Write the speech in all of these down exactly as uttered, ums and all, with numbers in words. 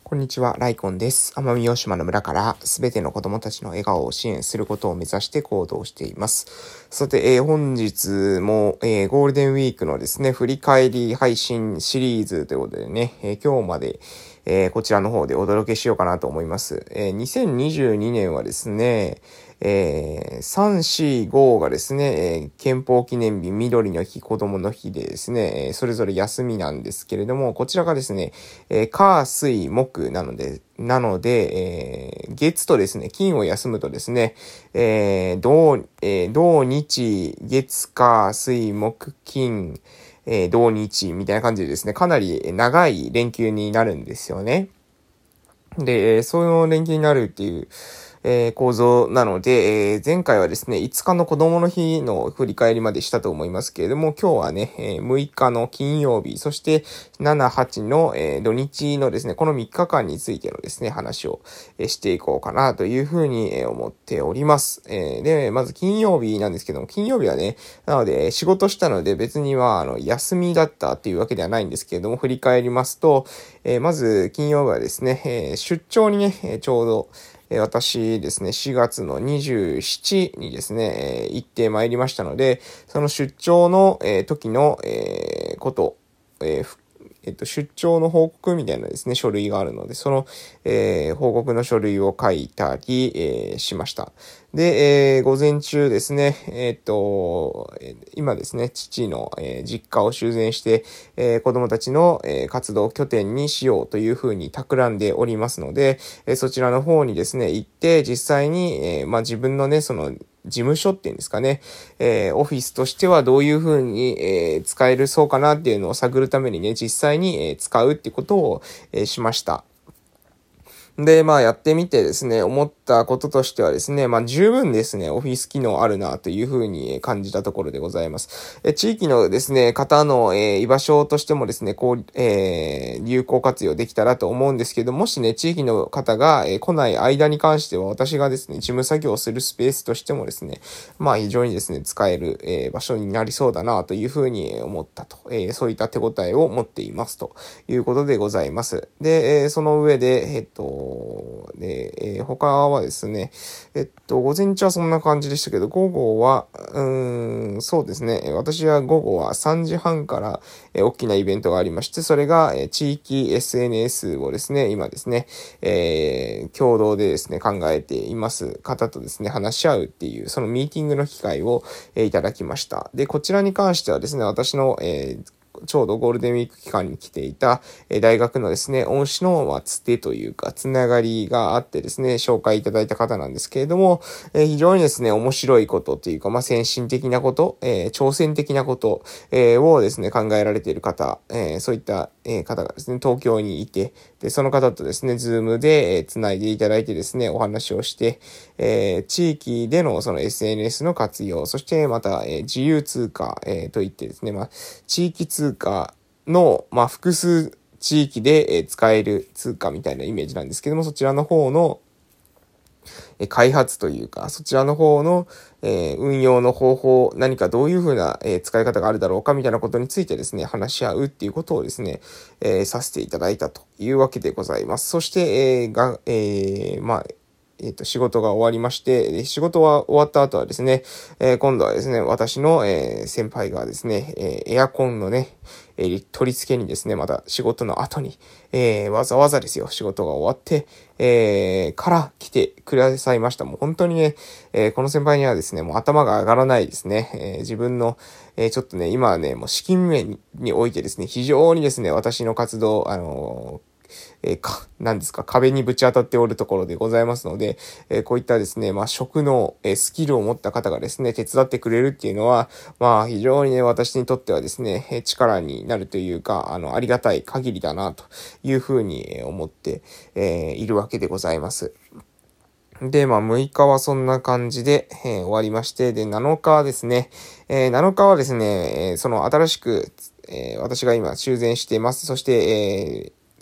こんにちは、ライコンです。奄美大島の村からすべての子供たちの笑顔を支援することを目指して行動しています。さて、えー、本日も、えー、ゴールデンウィークのですね、振り返り配信シリーズということでね、えー、今日まで、えー、こちらの方でお届けしようかなと思います。えー、にせんにじゅうにねんはですね、えー、さん、し、ごがですね、えー、憲法記念日、緑の日、子供の日でですね、えー、それぞれ休みなんですけれども、こちらがですね、えー、火、水、木なので、なので、えー、月とですね、金を休むとですね、えー、土、えー、土日、月、火、水、木、金、えー、土日みたいな感じでですね、かなり長い連休になるんですよね。で、その連休になるっていう、えー、構造なので、えー、前回はですね、いつかの子供の日の振り返りまでしたと思いますけれども、今日はね、えー、むいかの金曜日、そしてしち、はちの、えー、土日のですね、このみっかかんについてのですね、話を、えー、していこうかなというふうに、えー、思っております。えー、で、まず金曜日なんですけども、金曜日はね、なので仕事したので別にはあの休みだったっていうわけではないんですけれども、振り返りますと、えー、まず金曜日はですね、えー、出張にね、ちょうど、えー、私ですね、しがつのにじゅうしちにですね、えー、行ってまいりましたので、その出張の、えー、時の、えー、こと、えーえっと、出張の報告みたいなですね、書類があるので、その、えー、報告の書類を書いたり、えー、しました。で、えー、午前中ですね、えー、っと、今ですね、父の、えー、実家を修繕して、えー、子供たちの、えー、活動拠点にしようというふうに企んでおりますので、えー、そちらの方にですね、行って、実際に、えー、まあ、自分のね、その、事務所っていうんですかね、えー、オフィスとしてはどういう風に、えー、使えるそうかなっていうのを探るためにね、実際に、えー、使うってことを、えー、しました。で、まあやってみてですね、思ったこととしてはですね、まあ十分ですね、オフィス機能あるなというふうに感じたところでございます。え地域のですね、方の、えー、居場所としてもですね、こう、えー、有効活用できたらと思うんですけど、もしね、地域の方が、えー、来ない間に関しては、私がですね、事務作業をするスペースとしてもですね、まあ非常にですね、使える、えー、場所になりそうだなというふうに思ったと、えー、そういった手応えを持っていますということでございます。で、えー、その上で、えっと、で、えー、他はですね、えっと、午前中はそんな感じでしたけど、午後は、うーん、そうですね、私は午後はさんじはんから、えー、大きなイベントがありまして、それが、えー、地域 エスエヌエス をですね、今ですね、えー、共同でですね、考えています方とですね、話し合うっていう、そのミーティングの機会を、えー、いただきました。で、こちらに関してはですね、私の、えーちょうどゴールデンウィーク期間に来ていた、えー、大学のですね、恩師の、まあ、つてというか、つながりがあってですね、紹介いただいた方なんですけれども、えー、非常にですね、面白いことというか、まあ、先進的なこと、えー、挑戦的なこと、えー、をですね、考えられている方、えー、そういった、えー、方がですね、東京にいて、で、その方とですね、ズームで、えー、つないでいただいてですね、お話をして、えー、地域でのその エスエヌエス の活用、そしてまた、えー、自由通貨、えー、といってですね、まあ、地域通貨の、まあ、複数地域で、えー、使える通貨みたいなイメージなんですけども、そちらの方の、えー、開発というか、そちらの方の、えー、運用の方法、何かどういうふうな、えー、使い方があるだろうかみたいなことについてですね、話し合うっていうことをですね、えー、させていただいたというわけでございます。そして、えー、が、えー、まあ、えっと、仕事が終わりまして、仕事は終わった後はですね、えー、今度はですね、私の、えー、先輩がですね、えー、エアコンのね、えー、取り付けにですね、また仕事の後に、えー、わざわざですよ、仕事が終わって、えー、から来てくださいました。もう本当にね、えー、この先輩にはですね、もう頭が上がらないですね。えー、自分の、えー、ちょっとね、今はね、もう資金面においてですね、非常にですね、私の活動、あのー、えー、か、なんですか、壁にぶち当たっておるところでございますので、えー、こういったですね、まあ、職能、えー、スキルを持った方がですね、手伝ってくれるっていうのは、まあ、非常にね、私にとってはですね、えー、力になるというか、あの、ありがたい限りだな、というふうに思って、えー、いるわけでございます。で、まあ、むいかはそんな感じで、えー、終わりまして、で、なのかですね、えー、なのかはですね、えー、その新しく、えー、私が今修繕しています。そして、えー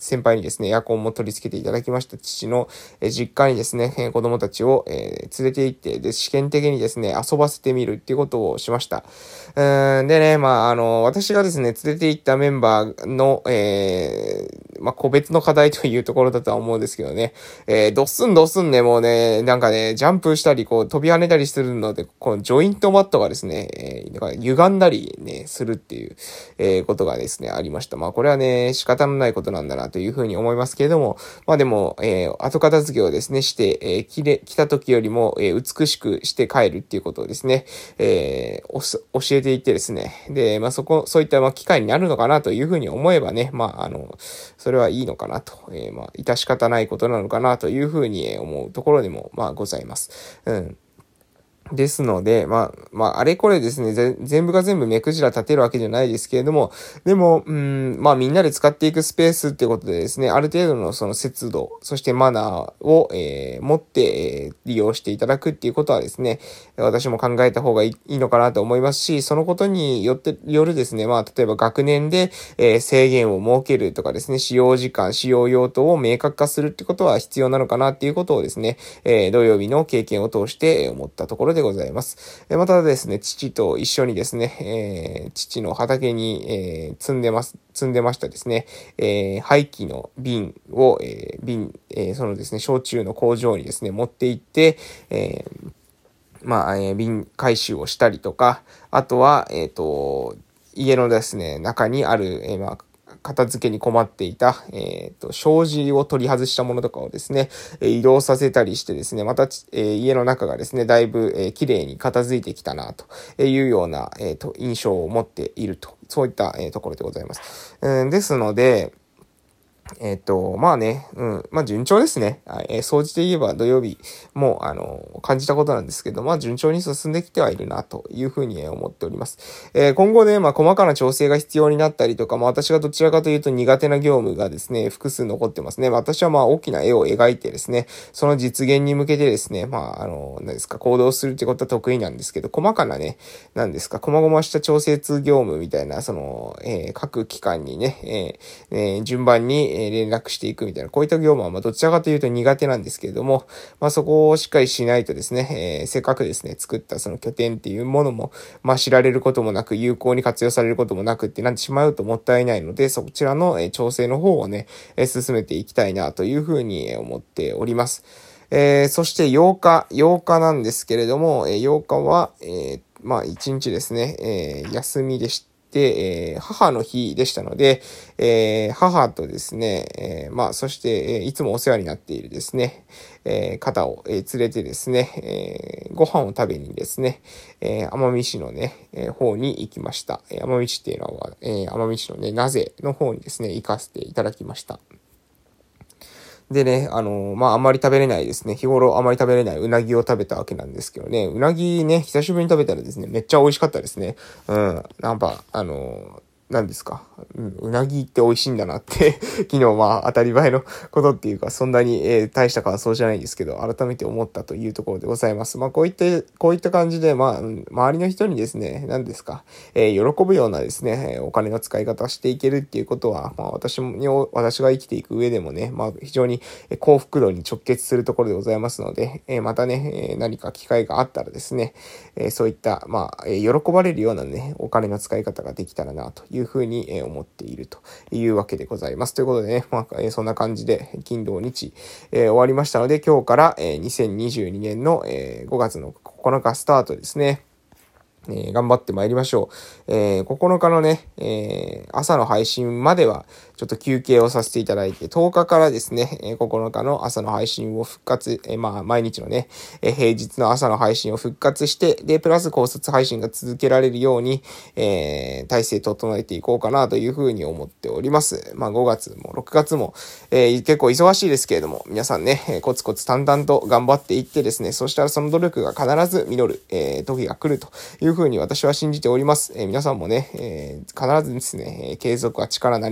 先輩にですね、エアコンも取り付けていただきました父の、えー、実家にですね、えー、子供たちを、えー、連れて行って、で、試験的にですね、遊ばせてみるっていうことをしました。うーんでね、まあ、あの、私がですね、連れて行ったメンバーの、えー、まあ、個別の課題というところだとは思うんですけどね、えー、ドッスンドッスンね、もうね、なんかね、ジャンプしたり、こう、飛び跳ねたりするので、このジョイントマットがですね、えー、なんか歪んだりね、するっていう、えー、ことがですね、ありました。まあ、これはね、仕方のないことなんだなというふうに思いますけれども、まあでも、えー、後片付けをですね、して、えー、きれ、来た時よりも、えー、美しくして帰るっていうことをですね、えー、おす、教えていってですね、で、まあそこ、そういった、まあ、機会になるのかなというふうに思えばね、まあ、あの、それはいいのかなと、えー、まあ、致し方ないことなのかなというふうに思うところでも、まあ、ございます。うん。ですので、まあ、まあ、あれこれですね、全部が全部目くじら立てるわけじゃないですけれども、でも、うん、まあ、みんなで使っていくスペースってことでですね、ある程度のその節度、そしてマナーを、えー、持って、えー、利用していただくっていうことはですね、私も考えた方がいいのかなと思いますし、そのことによって、よるですね、まあ、例えば学年で、えー、制限を設けるとかですね、使用時間、使用用途を明確化するってことは必要なのかなっていうことをですね、えー、土曜日の経験を通して思ったところでございます。またですね、父と一緒にですね、えー、父の畑に、えー、積んでます、積んでましたですね、えー、廃棄の瓶を、えー、瓶、えー、そのですね、焼酎の工場にですね、持って行って、えー、まあ、えー、瓶回収をしたりとか、あとは、えっと、家のですね、中にある、えー、まあ、片付けに困っていた、えっと、障子を取り外したものとかをですね、移動させたりしてですね、また、えー、家の中がですね、だいぶ、えー、綺麗に片付いてきたな、というような、えっと、印象を持っていると、そういった、えー、ところでございます。うん、ですので、えっと、まあね、うん、まあ順調ですね。えー、総じて言えば土曜日も、あの、感じたことなんですけど、まあ順調に進んできてはいるな、というふうに思っております。えー、今後ね、まあ細かな調整が必要になったりとか、まあ私がどちらかというと苦手な業務がですね、複数残ってますね。私はまあ大きな絵を描いてですね、その実現に向けてですね、まあ、あの、何ですか、行動するってことは得意なんですけど、細かなね、何ですか、細々した調整業務みたいな、その、えー、各機関にね、えーえー、順番に、連絡していくみたいな、こういった業務はまあどちらかというと苦手なんですけれども、まあそこをしっかりしないとですね、えー、せっかくですね、作ったその拠点っていうものも、まあ知られることもなく、有効に活用されることもなくってなってしまうともったいないので、そちらの、えー、調整の方をね、えー、進めていきたいなというふうに思っております。えー、そしてようか、ようかなんですけれども、えー、ようかは、えー、まあいちにちですね、えー、休みでした。で、えー、母の日でしたので、えー、母とですね、えー、まあ、そして、えー、いつもお世話になっているですね、えー、方を、えー、連れてですね、えー、ご飯を食べにですね、えー、奄美市のね、えー、方に行きました。えー、奄美市っていうのは、えー、奄美市のね、なぜの方にですね、行かせていただきました。でね、あのー、まあ、あまり食べれないですね。日頃あまり食べれないうなぎを食べたわけなんですけどね。うなぎね、久しぶりに食べたらですね、めっちゃ美味しかったですね。うん。なんか、あのー、何ですか、うん、うなぎって美味しいんだなって昨日まあ当たり前のことっていうかそんなに、えー、大した感想じゃないですけど改めて思ったというところでございます。まあこういったこういった感じでまあ周りの人にですね何ですか、えー、喜ぶようなですねお金の使い方をしていけるっていうことはまあ私も私が生きていく上でもねまあ非常に幸福度に直結するところでございますので、えー、またね、えー、何か機会があったらですね、えー、そういったまあ、えー、喜ばれるようなねお金の使い方ができたらなといういうふうに思っているというわけでございます。ということでね、まあ、そんな感じで金土日、えー、終わりましたので、今日からにせんにじゅうにねんのごがつのここのかスタートですね。えー、頑張ってまいりましょう。えー、ここのかのね、えー、朝の配信まではちょっと休憩をさせていただいて、とおかからですね、えー、ここのかの朝の配信を復活、えー、まあ毎日のね、えー、平日の朝の配信を復活して、で、プラス考察配信が続けられるように、えー、体制整えていこうかなというふうに思っております。まあごがつもろくがつも、えー、結構忙しいですけれども、皆さんね、コツコツ淡々と頑張っていってですね、そしたらその努力が必ず実る、えー、時が来るというふうに私は信じております。えー、皆さんもね、えー、必ずですね、継続は力なりだと思います。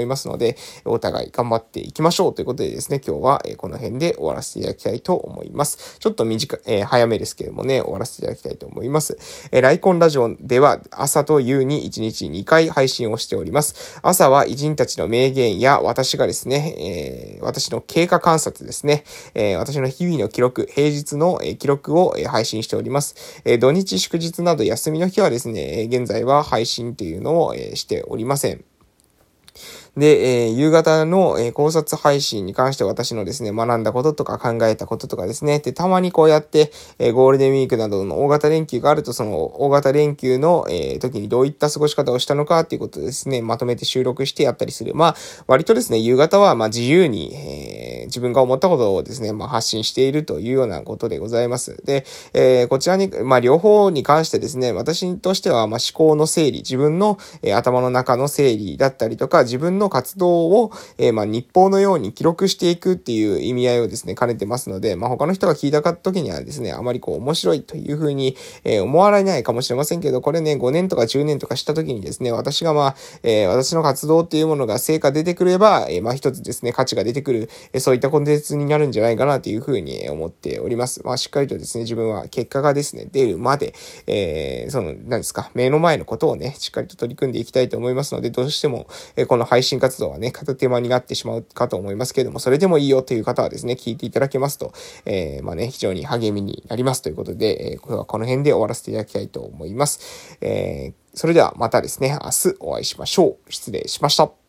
ますので、お互い頑張っていきましょうということでですね、今日はこの辺で終わらせていただきたいと思います。ちょっと短い、えー、早めですけどもね、終わらせていただきたいと思います。えー、ライコンラジオでは朝と夕にいちにちにかい配信をしております。朝は偉人たちの名言や私がですね、えー、私の経過観察ですね、えー、私の日々の記録、平日の、えー、記録を、えー、配信しております。えー、土日祝日など休みの日はですね、現在は配信というのを、えー、しておりません。で、えー、夕方の、えー、考察配信に関して私のですね、学んだこととか考えたこととかですね、で、たまにこうやって、えー、ゴールデンウィークなどの大型連休があると、その大型連休の、えー、時にどういった過ごし方をしたのかっていうことですね、まとめて収録してやったりする。まあ、割とですね、夕方は、まあ、自由に、えー、自分が思ったことをですね、まあ、発信しているというようなことでございます。で、えー、こちらに、まあ、両方に関してですね、私としては、まあ、思考の整理、自分の、えー、頭の中の整理だったりとか、自分の活動を、えー、まあ、日報のように記録していくっていう意味合いをですね、兼ねてますので、まあ、他の人が聞いた時にはですね、あまりこう、面白いというふうに、えー、思われないかもしれませんけど、これね、ごねんとかじゅうねんとかした時にですね、私がまあ、えー、私の活動っていうものが成果出てくれば、えー、まあ、一つですね、価値が出てくる、えー、そういったコンテンツになるんじゃないかなというふうに思っております。まあ、しっかりとですね、自分は結果がですね、出るまで、えー、その、何ですか、目の前のことをね、しっかりと取り組んでいきたいと思いますので、どうしても、えー、この配信活動はね、片手間になってしまうかと思いますけれども、それでもいいよという方はですね、聞いていただけますと、えー、まあね、非常に励みになりますということで、えー、これはこの辺で終わらせていただきたいと思います。えー、それではまたですね、明日お会いしましょう。失礼しました。